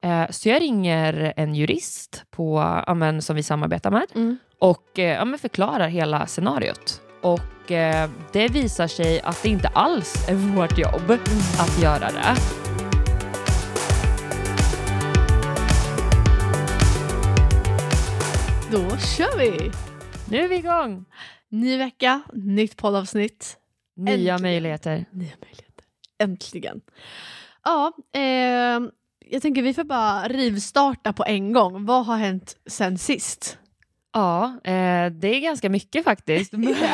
Så jag ringer en jurist som vi samarbetar med och förklarar hela scenariot. Och det visar sig att det inte alls är vårt jobb att göra det. Då kör vi! Nu är vi igång! Ny vecka, nytt poddavsnitt. Nya möjligheter. Äntligen. Ja, jag tänker vi får bara rivstarta på en gång. Vad har hänt sen sist? Ja, det är ganska mycket faktiskt.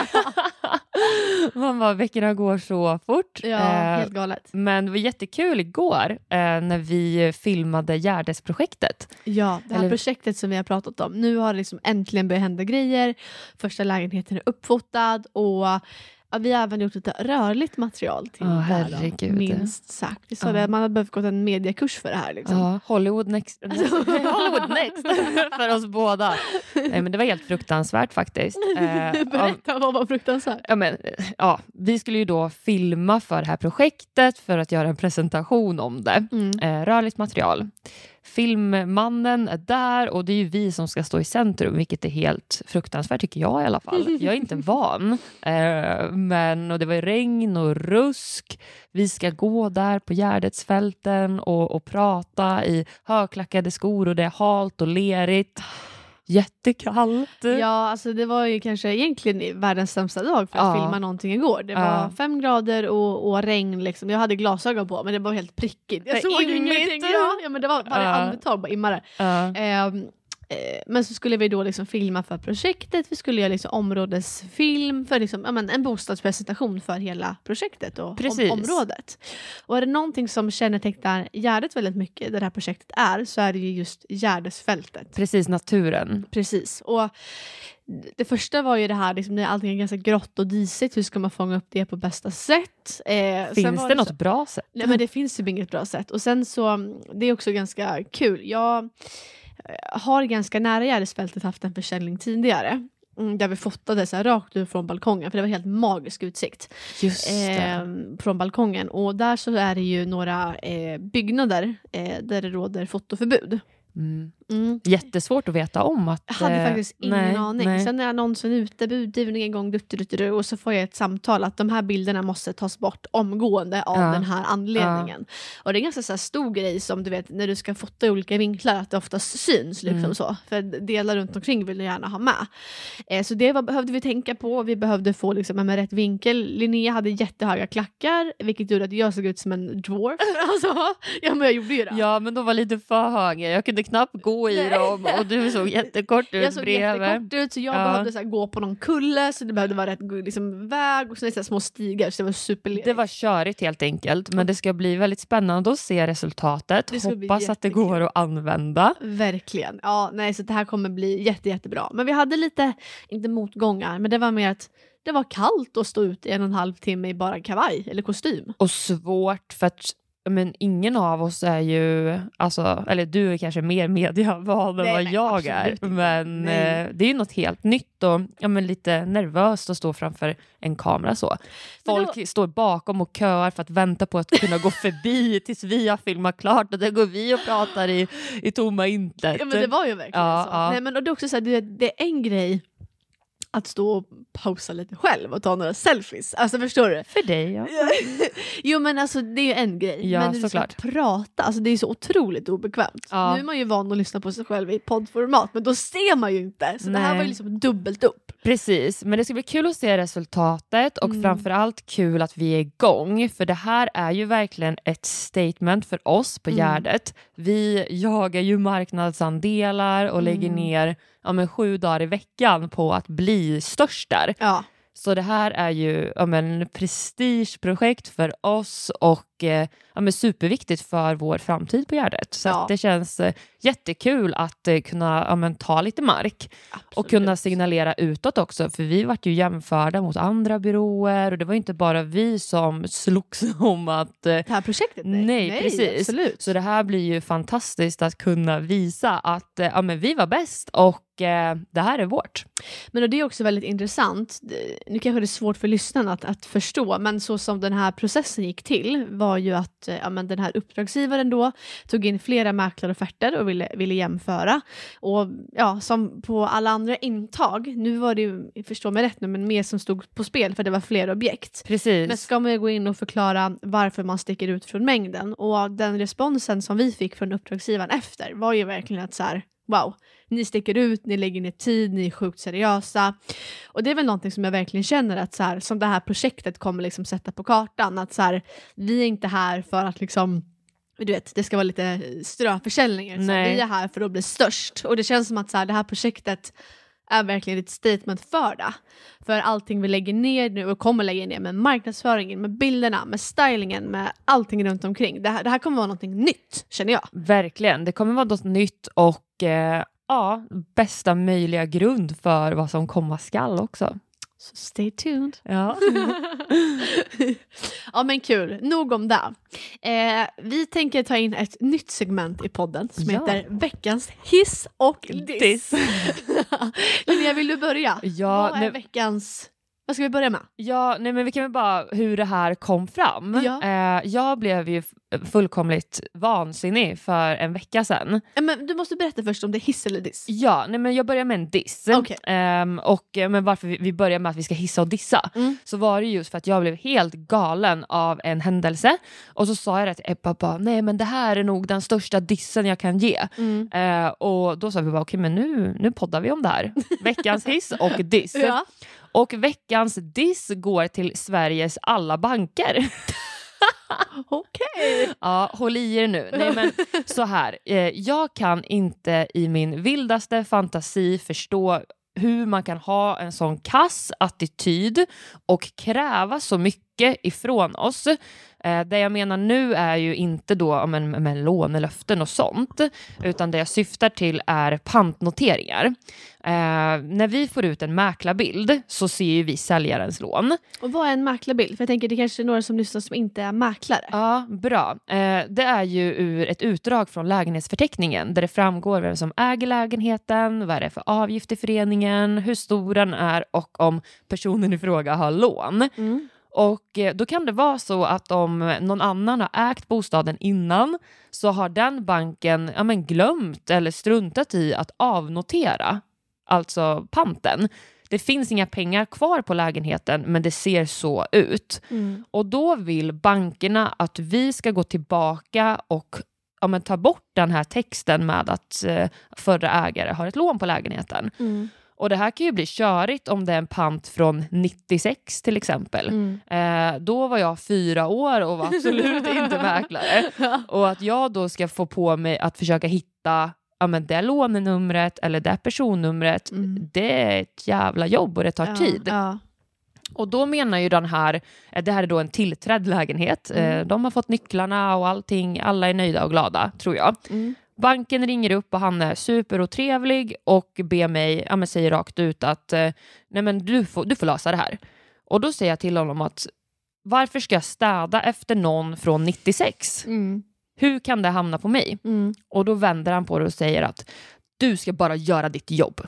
Veckorna går så fort. Ja, helt galet. Men det var jättekul igår när vi filmade Gärdesprojektet. Ja, det här projektet som vi har pratat om. Nu har det liksom äntligen börjat hända grejer. Första lägenheten är uppfotad och vi har även gjort lite rörligt material till herregud. Minst sagt. Så man hade behövt gå en mediekurs för det här. Liksom. Hollywood next. Hollywood next för oss båda. Nej, men det var helt fruktansvärt faktiskt. Berätta, vad var fruktansvärt? Vi skulle ju då filma för det här projektet för att göra en presentation om det. Rörligt material. Filmmannen är där och det är ju vi som ska stå i centrum, vilket är helt fruktansvärt tycker jag i alla fall. Jag är inte van. Och det var ju regn och rusk. Vi ska gå där på Gärdesfälten och prata i högklackade skor och det är halt och lerigt. Jättekallt. Ja, alltså det var ju kanske egentligen världens sämsta dag för att filma någonting igår. Det var 5 grader och regn liksom. Jag hade glasögon på men det var helt prickigt. Jag såg ju ingenting. Ja, men det var varje andetag bara immare. Men så skulle vi då liksom filma för projektet. Vi skulle göra liksom områdesfilm för liksom, en bostadspresentation för hela projektet och området. Och är det någonting som kännetecknar Gärdet väldigt mycket, det här projektet så är det ju just Gärdesfältet. Precis, naturen. Precis, och det första var ju det här, liksom, när allting är ganska grått och disigt. Hur ska man fånga upp det på bästa sätt? Finns det något bra sätt? Nej, men det finns ju inget bra sätt. Och sen så, det är också ganska kul. Jag har ganska nära Gärdesfältet haft en försäljning tidigare. Där vi fotade så här rakt ut från balkongen. För det var helt magisk utsikt. Just det. Från balkongen. Och där så är det ju några byggnader där det råder fotoförbud. Jättesvårt att veta om att... Jag hade faktiskt ingen aning. Nej. Sen är annonsen ute, budgivning en gång, och så får jag ett samtal att de här bilderna måste tas bort omgående av den här anledningen. Och det är ganska så här stor grej som du vet när du ska fota i olika vinklar att det oftast syns liksom så. För delar runt omkring vill du gärna ha med. Så det behövde vi tänka på. Vi behövde få liksom med rätt vinkel. Linnea hade jättehöga klackar, vilket gjorde att jag såg ut som en dwarf. Men jag gjorde ju det. Ja, men de var lite för höga. Jag kunde knappt gå i dem och du såg jättekort ut. Jag såg jättekort ut så jag behövde så här, gå på någon kulle så det behövde vara rätt liksom, väg och så här, små stigar så det var superledigt. Det var körigt helt enkelt, men det ska bli väldigt spännande att se resultatet. Hoppas att det går att använda. Verkligen. Ja, nej, så det här kommer bli jättebra. Men vi hade lite, inte motgångar, men det var mer att det var kallt att stå ut i 1,5 timme i bara kavaj eller kostym. Och svårt för att ingen av oss är ju, eller du är kanske mer mediavad än vad jag är. Men det är ju något helt nytt och lite nervöst att stå framför en kamera så. Folk står bakom och köar för att vänta på att kunna gå förbi tills vi har filmat klart och där går vi och pratar i tomma intet. Ja, men det var ju verkligen så. Nej, men det är också så här, det är en grej att stå och pausa lite själv och ta några selfies. Alltså förstår du? För dig, ja. Jo, men alltså det är ju en grej. Ja, men när du ska prata, alltså det är så otroligt obekvämt. Ja. Nu är man ju van att lyssna på sig själv i poddformat, men då ser man ju inte. Så det här var ju liksom dubbelt upp. Precis, men det ska bli kul att se resultatet och framförallt kul att vi är igång. För det här är ju verkligen ett statement för oss på Gärdet. Vi jagar ju marknadsandelar och lägger ner 7 dagar i veckan på att bli störst där. Ja. Så det här är ju en prestigeprojekt för oss och superviktigt för vår framtid på Gärdet. Så att det känns jättekul att kunna ta lite mark. Absolut. Och kunna signalera utåt också. För vi vart ju jämförda mot andra byråer och det var inte bara vi som slogs om att... Det här projektet? Nej, precis. Absolut. Så det här blir ju fantastiskt att kunna visa att vi var bäst och det här är vårt. Men det är också väldigt intressant. Nu kanske det är svårt för lyssnarna att förstå, men så som den här processen gick till var var ju att den här uppdragsgivaren då tog in flera mäklarofferter och ville jämföra. Och ja, som på alla andra intag, nu var det ju, förstå mig rätt nu, men mer som stod på spel för det var fler objekt. Precis. Men ska man gå in och förklara varför man sticker ut från mängden, och den responsen som vi fick från uppdragsgivaren efter var ju verkligen att så här, wow, ni sticker ut, ni lägger ner tid, ni är sjukt seriösa. Och det är väl någonting som jag verkligen känner att så här, som det här projektet kommer liksom sätta på kartan, att så här, vi är inte här för att liksom, du vet, det ska vara lite ströförsäljningar. Så vi är här för att bli störst. Och det känns som att så här, det här projektet är verkligen ett statement för det. För allting vi lägger ner nu och kommer lägga ner med marknadsföringen, med bilderna, med stylingen, med allting runt omkring. Det här kommer vara någonting nytt, känner jag. Verkligen, det kommer vara något nytt och bästa möjliga grund för vad som komma skall också. Så stay tuned. Ja. Ja, men kul. Nog om det. Vi tänker ta in ett nytt segment i podden som heter Veckans hiss och diss. Linnea, vill du börja? Ja, vad är veckans... Vad ska vi börja med? Ja, nej, men vi kan väl bara hur det här kom fram. Ja. Jag blev ju fullkomligt vansinnig för en vecka sedan. Men du måste berätta först om det är hiss eller diss. Ja, nej, men jag börjar med en diss. Okay. Men varför vi börjar med att vi ska hissa och dissa. Så var det just för att jag blev helt galen av en händelse. Och så sa jag det till Ebba, nej men det här är nog den största dissen jag kan ge. Och då sa vi bara, okej, men nu poddar vi om det här. Veckans hiss och diss. Ja. Och veckans diss går till Sveriges alla banker. Okej. Ja, håll i er nu. Nej, men så här. Jag kan inte i min vildaste fantasi förstå hur man kan ha en sån kass attityd och kräva så mycket ifrån oss. Det jag menar nu är ju inte då med lånelöften och sånt, utan det jag syftar till är pantnoteringar. När vi får ut en mäklarbild så ser ju vi säljarens lån. Och vad är en mäklarbild? För jag tänker det kanske är några som lyssnar som inte är mäklare. Ja, bra. Det är ju ur ett utdrag från lägenhetsförteckningen där det framgår vem som äger lägenheten, vad är det för avgift i föreningen, hur stor den är och om personen i fråga har lån. Och då kan det vara så att om någon annan har ägt bostaden innan så har den banken glömt eller struntat i att avnotera, alltså panten. Det finns inga pengar kvar på lägenheten, men det ser så ut. Och då vill bankerna att vi ska gå tillbaka och ta bort den här texten med att förra ägare har ett lån på lägenheten. Och det här kan ju bli körigt om det är en pant från 96 till exempel. Då var jag 4 år och var absolut inte mäklare. Och att jag då ska få på mig att försöka hitta det lånenumret eller det personnumret, det är ett jävla jobb och det tar tid. Ja. Och då menar ju det här är då en tillträdd lägenhet. De har fått nycklarna och allting, alla är nöjda och glada, tror jag. Banken ringer upp och han är superotrevlig och ber mig, säger rakt ut att nej men du får lösa det här. Och då säger jag till honom att varför ska jag städa efter någon från 96? Hur kan det hamna på mig? Och då vänder han på det och säger att du ska bara göra ditt jobb.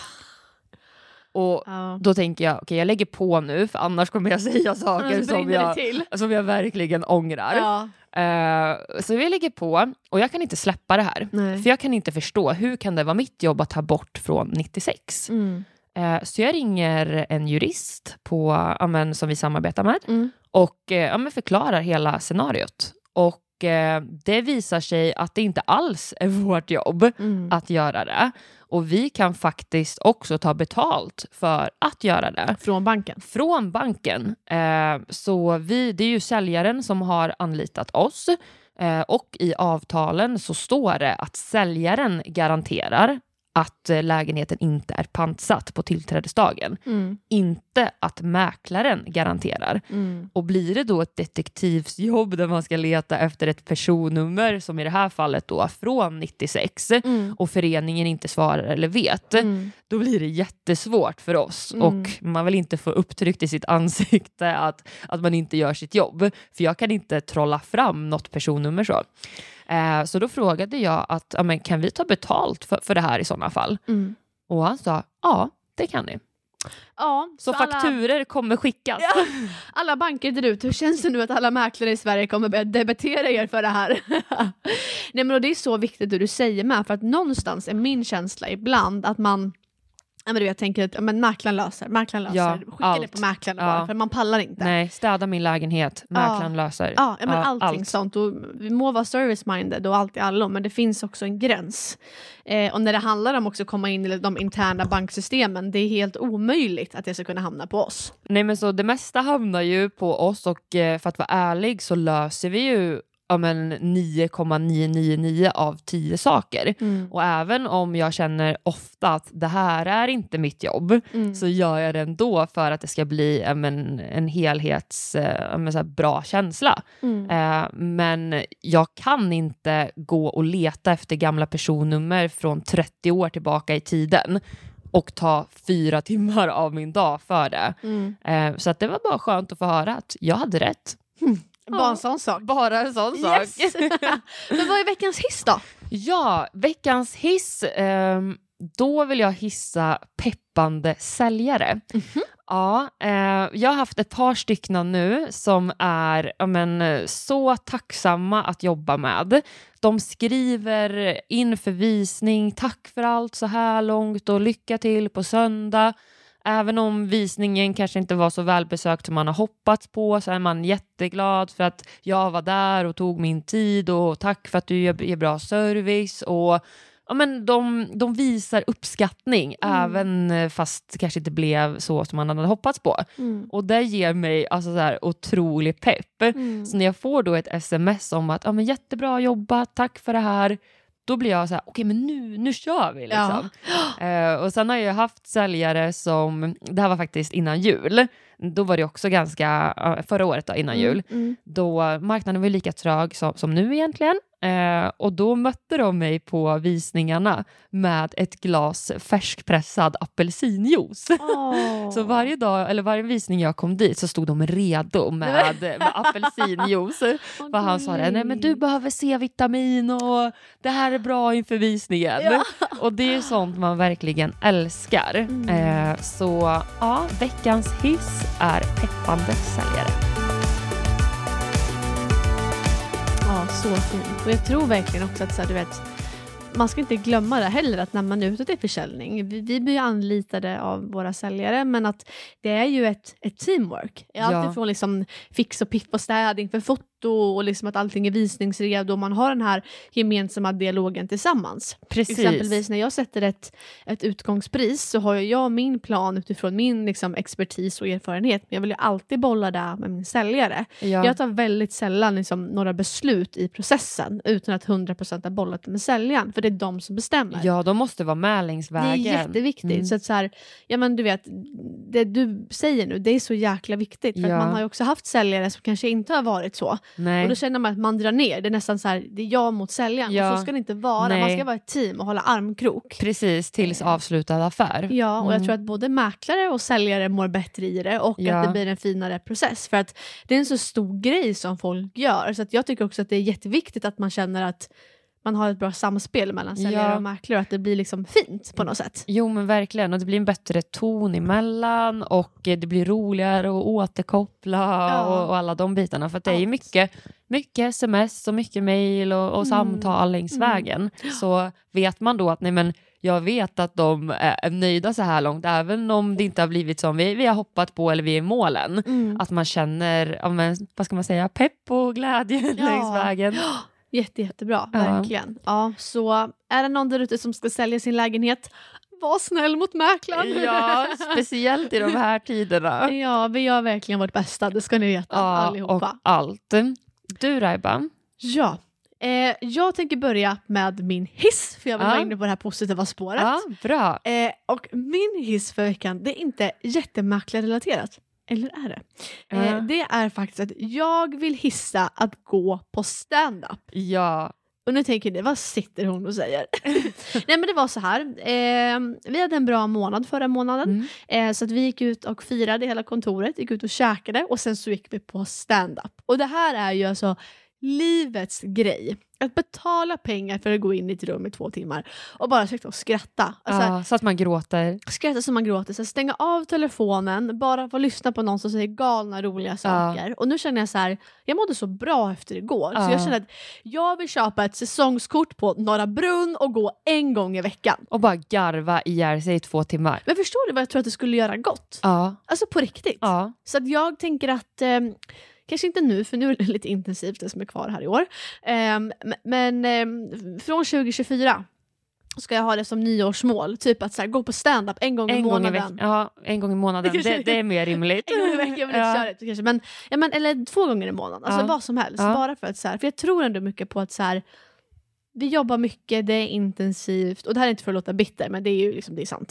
Och då tänker jag, okej, jag lägger på nu för annars kommer jag säga saker som jag verkligen ångrar. Ja. Så jag lägger på och jag kan inte släppa det här. Nej. För jag kan inte förstå, hur kan det vara mitt jobb att ta bort från 96? Så jag ringer en jurist som vi samarbetar med och förklarar hela scenariot. Och det visar sig att det inte alls är vårt jobb att göra det. Och vi kan faktiskt också ta betalt för att göra det. Från banken? Från banken. Så det är ju säljaren som har anlitat oss. Och i avtalen så står det att säljaren garanterar att lägenheten inte är pantsatt på tillträdesdagen. Inte att mäklaren garanterar. Och blir det då ett detektivsjobb där man ska leta efter ett personnummer, som i det här fallet då från 96, och föreningen inte svarar eller vet, då blir det jättesvårt för oss. Och man vill inte få upptryckt i sitt ansikte att man inte gör sitt jobb. För jag kan inte trolla fram något personnummer så. Så då frågade jag att kan vi ta betalt för det här i sådana fall? Och han sa, ja, det kan ni. Ja, så fakturer kommer skickas. Ja, alla banker där ute. Hur känns det nu att alla mäklare i Sverige kommer börja debitera er för det här? Nej, men det är så viktigt det du säger med. För att någonstans är min känsla ibland att man... Jag tänker att mäklaren löser. Ja, skicka allt. det på mäklaren bara, för man pallar inte. Nej, städa min lägenhet. Mäklaren löser. Ja, men allting sånt. Och vi må vara service-minded och allt i allo, men det finns också en gräns. Och när det handlar om också komma in i de interna banksystemen, det är helt omöjligt att det ska kunna hamna på oss. Nej, men så det mesta hamnar ju på oss, och för att vara ärlig så löser vi ju 9,999 av 10 saker. Och även om jag känner ofta att det här är inte mitt jobb, så gör jag det ändå för att det ska bli en helhets bra känsla. Men jag kan inte gå och leta efter gamla personnummer från 30 år tillbaka i tiden och ta 4 timmar av min dag för det. Så att det var bara skönt att få höra att jag hade rätt. Bara en sån sak. Bara en sån sak. Men vad är veckans hiss då? Ja, veckans hiss. Då vill jag hissa peppande säljare. Ja, jag har haft ett par stycken nu som är så tacksamma att jobba med. De skriver inför visning, tack för allt så här långt och lycka till på söndag. Även om visningen kanske inte var så välbesökt som man har hoppats på, så är man jätteglad för att jag var där och tog min tid, och tack för att du ger bra service. Och de visar uppskattning även fast det kanske inte blev så som man hade hoppats på. Och det ger mig så här otrolig pepp. Så när jag får då ett sms om att jättebra jobbat, tack för det här, då blir jag så här, okej, men nu kör vi liksom. Och sen har jag haft säljare som, det här var faktiskt innan jul. Då var det också ganska, förra året då, innan jul. Då marknaden var lika trög som nu egentligen. Och då mötte de mig på visningarna med ett glas färskpressad apelsinjuice. Så varje dag, eller varje visning jag kom dit, så stod de redo med apelsinjuice. För han sa det, nej men du behöver C-vitamin och det här är bra inför visningen. Och det är sånt man verkligen älskar. Så ja, veckans hiss är peppande säljare. Ja, så fint. Och jag tror verkligen också att du vet, man ska inte glömma det heller, att när man är ute till försäljning, vi blir anlitade av våra säljare, men att det är ju ett teamwork. Alltid från liksom fix och piff och städning för foto, och liksom att allting är visningsredo, och man har den här gemensamma dialogen tillsammans. Precis. Exempelvis när jag sätter ett utgångspris, så har jag min plan utifrån min liksom expertis och erfarenhet, men jag vill ju alltid bolla det med min säljare. Jag tar väldigt sällan liksom några beslut i processen utan att 100% ha bollat med säljaren, för det är de som bestämmer. Ja, de måste vara med längs vägen. Det är jätteviktigt. Så här, du vet, det du säger nu, det är så jäkla viktigt, för att man har ju också haft säljare som kanske inte har varit så. Nej. Och då känner man att man drar ner. Det är nästan så här, det är jag mot säljaren. Och så ska det inte vara. Nej. Man ska vara ett team och hålla armkrok. Precis, tills avslutad affär. Ja, och jag tror att både mäklare och säljare mår bättre i det. Och att det blir en finare process. För att det är en så stor grej som folk gör. Så att jag tycker också att det är jätteviktigt att man känner att man har ett bra samspel mellan säljare och mäklare, och att det blir liksom fint på något sätt. Jo, men verkligen. Och det blir en bättre ton emellan, och det blir roligare att återkoppla och alla de bitarna. För att det är ju mycket sms och mycket mejl och samtal längs vägen. Så vet man då att jag vet att de är nöjda så här långt, även om det inte har blivit som vi har hoppat på eller vi är i målen. Att man känner, vad ska man säga, pepp och glädje längs vägen. Jättebra, verkligen. Ja, så är det någon där ute som ska sälja sin lägenhet, var snäll mot mäklaren. Ja, speciellt i de här tiderna. Ja, vi gör verkligen vårt bästa, det ska ni veta allihopa. Och allt. Du, Raiba? Ja, jag tänker börja med min hiss, för jag vill vara inne på det här positiva spåret. Ja, bra. Och min hiss för veckan, det är inte jättemäklarrelaterat. Eller är det? Det är faktiskt att jag vill hissa att gå på stand-up. Ja. Och nu tänker ni, vad sitter hon och säger? Nej, men det var så här. Vi hade en bra månad förra månaden. Så att vi gick ut och firade hela kontoret. Gick ut och käkade. Och sen så gick vi på stand-up. Och det här är ju alltså livets grej. att betala pengar för att gå in i ett rum i 2 timmar och bara sitta och skratta. Alltså, så att man gråter. Skratta så man gråter. Så stänga av telefonen, bara få lyssna på någon som säger galna roliga saker. Och nu känner jag så här, jag mådde så bra efter igår. Så jag känner att jag vill köpa ett säsongskort på Norra Brunn och gå 1 gång i veckan. Och bara garva ihjäl sig i 2 timmar. Men förstår du vad jag tror att det skulle göra gott? Ja. Alltså på riktigt. Ja. Så att jag tänker att kanske inte nu, för nu är det lite intensivt det som är kvar här i år. Men från 2024 ska jag ha det som nyårsmål. Typ att så här, gå på stand-up 1 gång i månaden. Ja, 1 gång i månaden. Det är mer rimligt. 1 gång i veckan, kanske. Men, eller 2 gånger i månaden. Alltså vad som helst. Bara för att så här, för jag tror ändå mycket på att så här, vi jobbar mycket, det är intensivt. Och det här är inte för att låta bitter, men det är ju liksom, det är sant.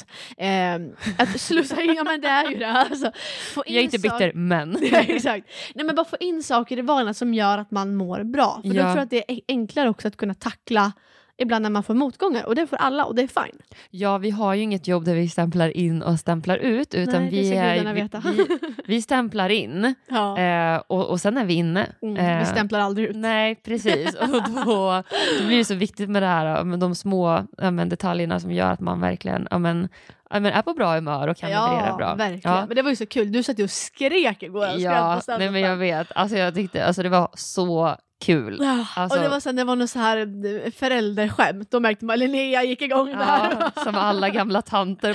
Att slussa in, men det är ju det. Alltså, jag är inte bitter, men. Ja, exakt. Nej, men bara få in saker i vardagen som gör att man mår bra. För då tror jag att det är enklare också att kunna tackla ibland när man får motgångar. Och det får alla, och det är fine. Ja, vi har ju inget jobb där vi stämplar in och stämplar ut. Utan nej, vi stämplar in. Ja. Och sen är vi inne. Vi stämplar aldrig ut. Nej, precis. Och då blir det så viktigt med det här. Med de små detaljerna som gör att man verkligen är på bra humör och kan leverera bra. Verkligen. Ja, men det var ju så kul. Du satt ju och skrek igår. Nej, men jag vet. Alltså jag tyckte, det var så kul. Alltså, och det var något så här förälderskämt. Då märkte man Linnea gick igång där. Som alla gamla tanter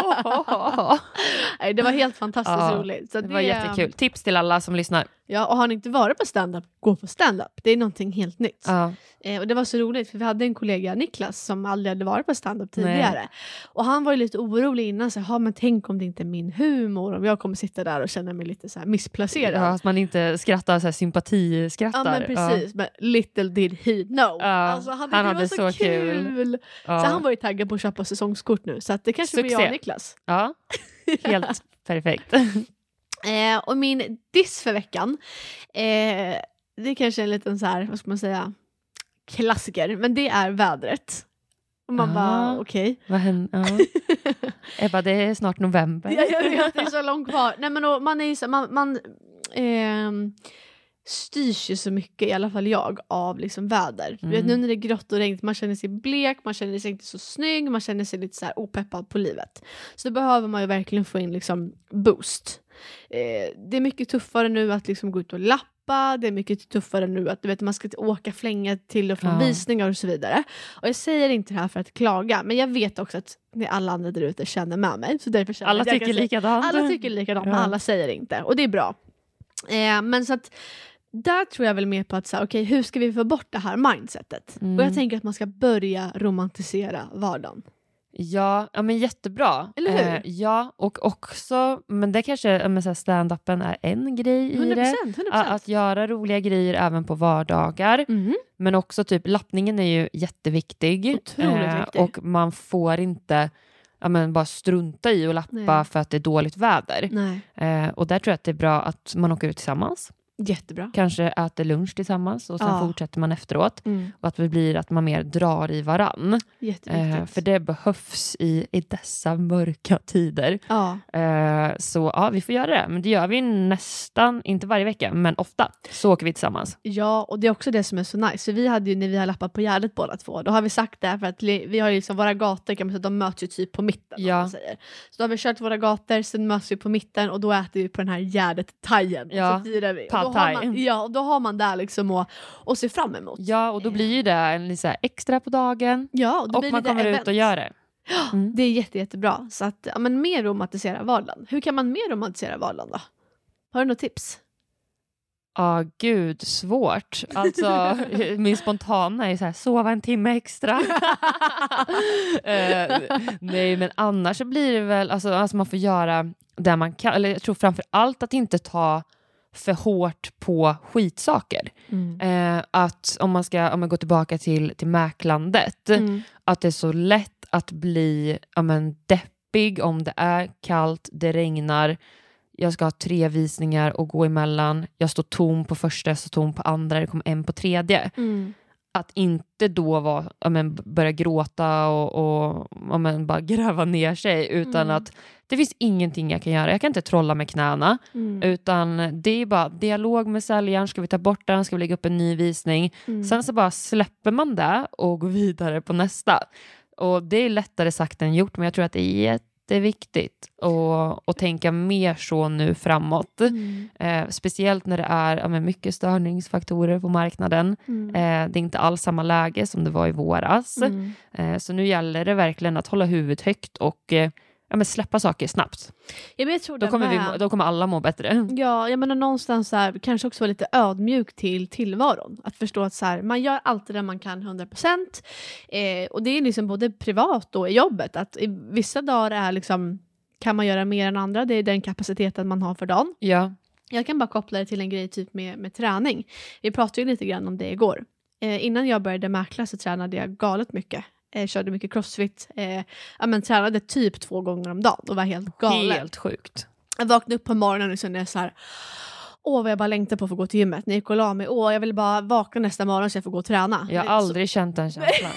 var. Nej, det var helt fantastiskt roligt. Så det var jättekul. Tips till alla som lyssnar. Ja, och har ni inte varit på stand-up, gå på stand-up. Det är någonting helt nytt. Och det var så roligt, för vi hade en kollega, Niklas, som aldrig hade varit på stand-up tidigare. Nej. Och han var ju lite orolig innan. Så, men tänk om det inte är min humor. Om jag kommer sitta där och känna mig lite så här missplacerad. Ja, att man inte skrattar så här sympatiskrattar. Ja, men precis. Men little did he know. Alltså, han hade så kul. Så han var ju taggad på att köpa säsongskort nu. Så att det kanske blir jag och Niklas. Ja, helt perfekt. Och min diss för veckan, det är kanske en liten så här, vad ska man säga, klassiker, men det är vädret. Och man bara, okej. Vad händer? Ebba, det är snart november. Jag vet, det är så långt kvar. Nej, men man är ju så, man styrs ju så mycket, i alla fall jag, av liksom väder. Du vet, nu när det är grått och regn, man känner sig blek, man känner sig inte så snygg, man känner sig lite så här opeppad på livet. Så då behöver man ju verkligen få in liksom boost. Det är mycket tuffare nu att liksom gå ut och lappa, det är mycket tuffare nu att du vet, man ska åka flänga till och från visningar och så vidare. Och jag säger inte det här för att klaga, men jag vet också att alla andra där ute känner med mig. Så därför alla tycker likadant. Alla tycker likadant, men alla säger inte. Och det är bra. Men så att där tror jag väl mer på att säga, okej, hur ska vi få bort det här mindsetet? Och jag tänker att man ska börja romantisera vardagen. Ja, men jättebra. Eller hur? Ja, och också, men det kanske stand-upen är en grej i 100%, det. 100%. Att göra roliga grejer även på vardagar. Men också typ, lappningen är ju jätteviktig. Otroligt viktig. Och man får inte bara strunta i och lappa för att det är dåligt väder. Och där tror jag att det är bra att man åker ut tillsammans. Jättebra. Kanske äter lunch tillsammans och sen fortsätter man efteråt. Och att det blir att man mer drar i varann. För det behövs i dessa mörka tider. Så vi får göra det. Men det gör vi nästan, inte varje vecka, men ofta. Så åker vi tillsammans. Ja, och det är också det som är så nice. Så vi hade ju, när vi har lappat på Gärdet båda två, då har vi sagt det för att vi har ju liksom våra gator, kan man säga, de möts ju typ på mitten. Om man säger. Så då har vi kört våra gator, sen möts vi på mitten och då äter vi på den här Gärdet-tajen. Och så firar vi. Då har man där liksom och se fram emot. Ja, och då blir ju det en lite så här extra på dagen. Ja, och man kommer ut och gör det. Det är jättebra. Så att, mer romantisera vardagen. Hur kan man mer romantisera vardagen då? Har du något tips? Gud, svårt. Alltså, min spontana är så här, sova 1 timme extra. Nej, men annars så blir det väl, alltså man får göra det man kan. Eller jag tror framför allt att inte ta för hårt på skitsaker. Att om man går tillbaka till mäklandet, att det är så lätt att bli deppig om det är kallt, det regnar, jag ska ha 3 visningar och gå emellan, jag står tom på första, jag står tom på andra, det kommer en på tredje. Att inte då börja gråta och bara gräva ner sig, utan att Det finns ingenting jag kan göra. Jag kan inte trolla med knäna. Utan det är bara dialog med säljaren. Ska vi ta bort den? Ska vi lägga upp en ny visning? Sen så bara släpper man det och går vidare på nästa. Och det är lättare sagt än gjort. Men jag tror att det är jätteviktigt att tänka mer så nu framåt. Speciellt när det är mycket störningsfaktorer på marknaden. Det är inte alls samma läge som det var i våras. Så nu gäller det verkligen att hålla huvudet högt och släppa saker snabbt. Ja, men jag tror då kommer alla må bättre. Ja, jag menar någonstans så här, kanske också vara lite ödmjuk till tillvaron. Att förstå att så här, man gör alltid det man kan 100%. Och det är liksom både privat och i jobbet. Att i vissa dagar är liksom, kan man göra mer än andra. Det är den kapaciteten man har för dagen. Ja. Jag kan bara koppla det till en grej typ med träning. Vi pratade ju lite grann om det igår. Innan jag började mäkla så tränade jag galet mycket. Körde mycket crossfit. Tränade typ 2 gånger om dagen och var helt galen. Helt sjukt. Jag vaknade upp på morgonen och kände så här: vad jag bara längtar på att få gå till gymmet. När jag gick och la mig, jag vill bara vakna nästa morgon så jag får gå och träna. Jag har aldrig känt den känslan.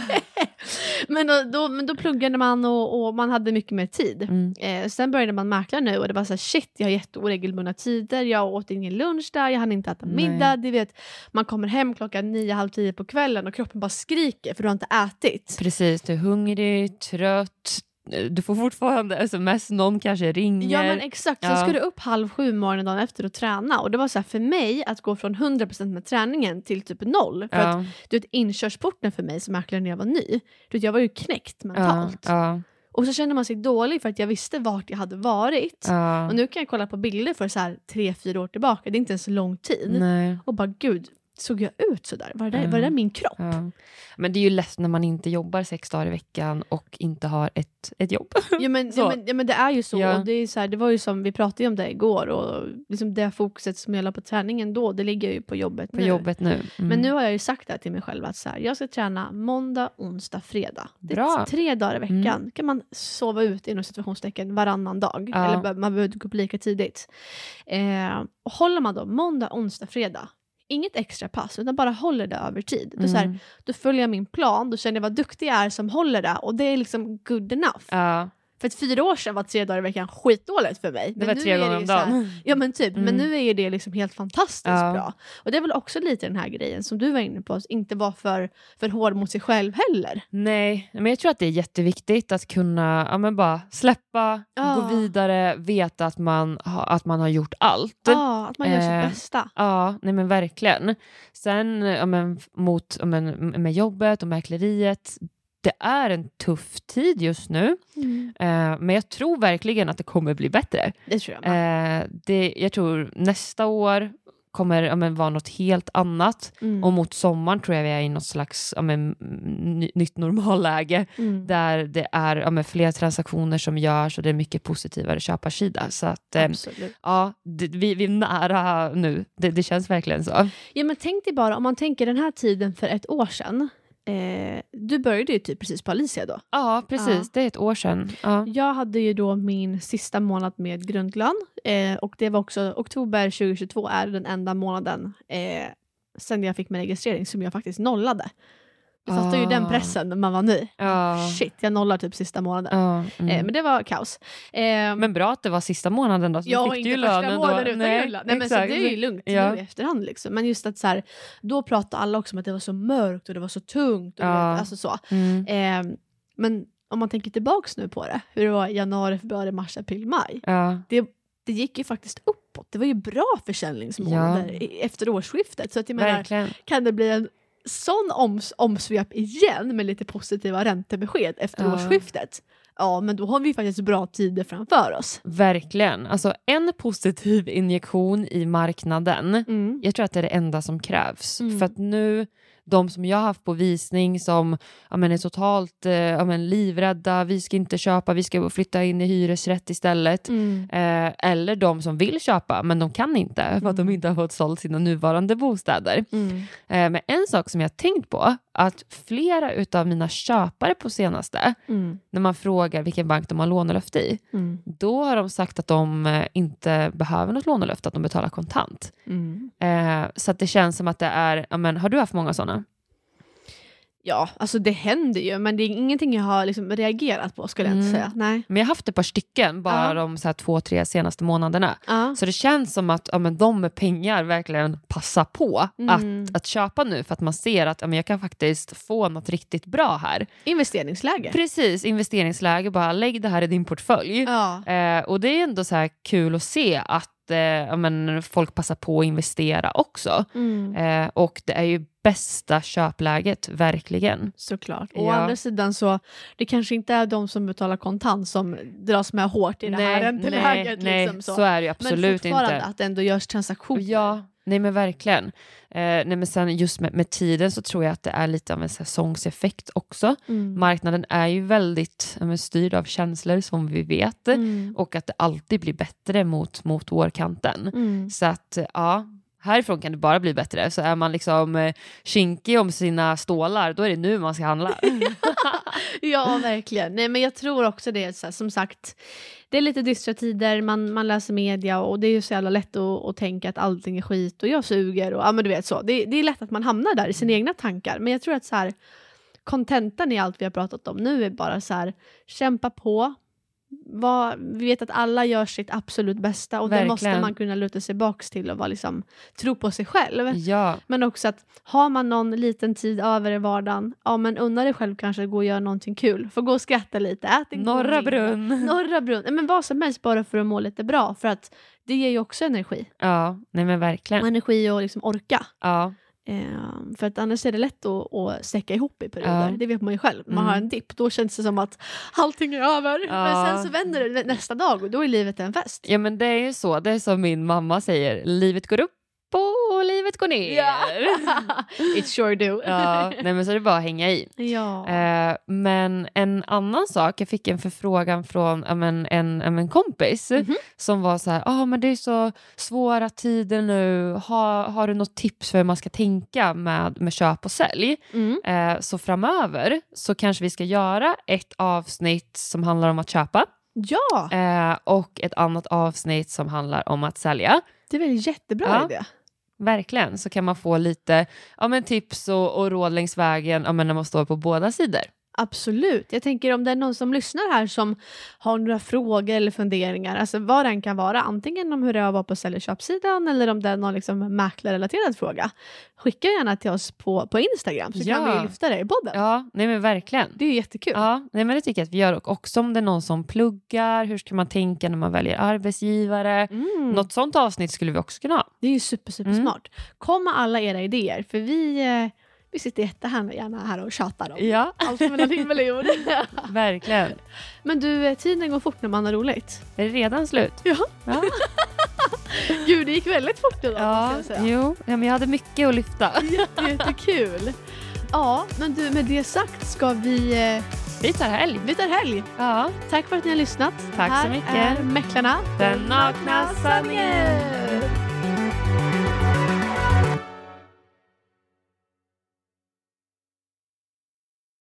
men då pluggade man och man hade mycket mer tid. Sen började man mäkla nu och det var så här, shit, jag har jätteoregelbundna tider. Jag åt ingen lunch där, jag hann inte äta middag. Du vet, man kommer hem 9:30 på kvällen och kroppen bara skriker för du har inte ätit. Precis, du är hungrig, trött. Du får fortfarande sms, någon kanske ringer. Ja men exakt, så ska du upp 6:30 morgonen dagen efter och träna. Och det var så här, för mig att gå från 100% med träningen till typ 0. För att du vet, inkörsporten för mig som mäklare när jag var ny. Du vet, jag var ju knäckt mentalt. Och så kände man sig dålig för att jag visste vart jag hade varit. Och nu kan jag kolla på bilder för så här 3-4 år tillbaka. Det är inte ens lång tid. Nej. Och bara gud, såg jag ut sådär? Var det där min kropp? Men det är ju lätt när man inte jobbar 6 dagar i veckan och inte har ett jobb. Ja men det är ju så. Ja. Och det, är så här, det var ju som, vi pratade om det igår. Och liksom det fokuset som jag la på träningen då, det ligger ju på jobbet nu. Men nu har jag ju sagt det till mig själv att så här, jag ska träna måndag, onsdag, fredag. Bra. Det är 3 dagar i veckan. Kan man sova ut inom situationstecken varannan dag. Eller man behöver gå upp lika tidigt. Och håller man då måndag, onsdag, fredag. Inget extra pass, utan bara håller det över tid. Då följer jag min plan, då känner jag vad duktig jag är som håller det. Och det är liksom good enough. För att 4 år sedan var 3 dagar i veckan skitdåligt för mig. Det var 3 gånger om dagen. Ja men typ, men nu är det liksom helt fantastiskt bra. Och det är väl också lite den här grejen som du var inne på. Att inte vara för hård mot sig själv heller. Nej, men jag tror att det är jätteviktigt att kunna bara släppa, gå vidare, veta att man har gjort allt. Ja, att man gör sitt bästa. Ja, nej men verkligen. Sen med jobbet och mäkleriet, det är en tuff tid just nu. Men jag tror verkligen att det kommer bli bättre. Det tror jag. Jag tror nästa år kommer vara något helt annat. Och mot sommaren tror jag vi är i något slags nytt normalläge. Där det är fler transaktioner som görs och det är mycket positivare köparsida. Så att vi är nära nu. Det känns verkligen så. Ja men tänk dig bara, om man tänker den här tiden för 1 år sedan. Du började ju typ precis på Alicia då. Ja, precis. Det är 1 år sedan. Ja. Jag hade ju då min sista månad med grundlön. Och det var också oktober 2022 är den enda månaden sen jag fick min registrering som jag faktiskt nollade. Jag fattar ju den pressen när man var ny. Shit, jag nollar typ sista månaden. Men det var kaos. Men bra att det var sista månaden då. Så ja, fick inte du första lönen månaden då. Nej, men så det är ju lugnt nu i efterhand liksom. Men just att så här, då pratade alla också om att det var så mörkt och det var så tungt. Och alltså så. Men om man tänker tillbaks nu på det. Hur det var januari, februari, mars, april, maj. Det gick ju faktiskt uppåt. Det var ju bra försäljningsmånader efter årsskiftet. Så att jag menar, kan det bli en sån omsvep igen med lite positiva räntebesked efter årsskiftet. Ja, men då har vi faktiskt bra tider framför oss. Verkligen. Alltså en positiv injektion i marknaden. Jag tror att det är det enda som krävs. För att nu, de som jag har haft på visning som är totalt livrädda, vi ska inte köpa, vi ska flytta in i hyresrätt istället. Eller de som vill köpa men de kan inte för att de inte har fått sålt sina nuvarande bostäder. Men en sak som jag har tänkt på, att flera utav mina köpare på senaste, när man frågar vilken bank de har lånelöfte i, då har de sagt att de inte behöver något lånelöfte, att de betalar kontant. Så att det känns som att det är, har du haft många sådana? Ja, alltså det händer ju, men det är ingenting jag har liksom reagerat på, skulle jag inte säga. Nej. Men jag har haft ett par stycken bara de så här 2-3 senaste månaderna. Så det känns som att men de med pengar verkligen passar på att köpa nu, för att man ser att jag kan faktiskt få något riktigt bra här. Investeringsläge. Precis, investeringsläge. Bara lägg det här i din portfölj. Och det är ändå så här kul att se att folk passar på att investera också. Och det är ju bästa köpläget, verkligen. Såklart. Å andra sidan så, det kanske inte är de som betalar kontant som dras med hårt i det här ränteläget. Nej, så är det absolut inte. Men fortfarande att det ändå görs transaktioner. Ja, nej men verkligen. Men sen just med tiden så tror jag att det är lite av en säsongseffekt också. Marknaden är ju väldigt styrd av känslor, som vi vet. Och att det alltid blir bättre mot vårkanten. Så att härifrån kan det bara bli bättre. Så är man liksom kinkig om sina stålar, då är det nu man ska handla. Ja, verkligen. Nej, men jag tror också det. Så här, som sagt, det är lite dystra tider. Man läser media och det är ju så jävla lätt att tänka att allting är skit och jag suger. Och, men du vet så. Det är lätt att man hamnar där i sina egna tankar. Men jag tror att så här, kontentan i allt vi har pratat om nu är bara så här, kämpa på. Vi vet att alla gör sitt absolut bästa och det måste man kunna luta sig baks till och vara liksom, tro på sig själv. Men också att har man någon liten tid över i vardagen, men unna dig själv kanske gå och göra någonting kul. Få gå och skratta lite, ät en Norra Brunn. Men vad som helst bara för att må lite bra, för att det ger ju också energi. Ja, nej men verkligen. Och energi och liksom orka. Ja. För att annars är det lätt att säcka ihop i perioder. Det vet man ju själv. Man har en dipp, då känns det som att allting är över. Men sen så vänder det nästa dag och då är livet en fest. Ja, men det är ju så. Det är som min mamma säger, livet går upp och livet går ner. It sure do. Nej, men så är det bara att hänga i. Men en annan sak, jag fick en förfrågan från en kompis som var så här, men det är så svåra tider nu. Har du något tips för hur man ska tänka med köp och sälj? Så framöver så kanske vi ska göra ett avsnitt som handlar om att köpa. Och ett annat avsnitt som handlar om att sälja. Det är väl jättebra idé. Verkligen, så kan man få lite tips och råd längs vägen när man står på båda sidor. Absolut. Jag tänker om det är någon som lyssnar här som har några frågor eller funderingar, alltså vad den kan vara, antingen om hur det är att vara på sälj- och köpsidan eller om det är någon liksom mäklarrelaterad fråga, skicka gärna till oss på Instagram så kan vi lyfta det i podden. Ja, nej men verkligen. Det är jättekul. Ja, nej men det tycker jag att vi gör, och också om det är någon som pluggar, hur ska man tänka när man väljer arbetsgivare? Något sånt avsnitt skulle vi också kunna ha. Det är ju super smart. Kom med alla era idéer, för vi sitter gärna här och tjatar om allt mellan himmel och jord. Verkligen. Men du, tiden går fort när man har roligt. Är det redan slut? Ja. Gud, det gick väldigt fort idag, måste jag säga. Jo, men jag hade mycket att lyfta. Jättekul. Ja, men du, med det sagt ska vi tar helg. Ja. Tack för att ni har lyssnat. Tack så mycket. Här är Mäklarna. Den nakna sanningen.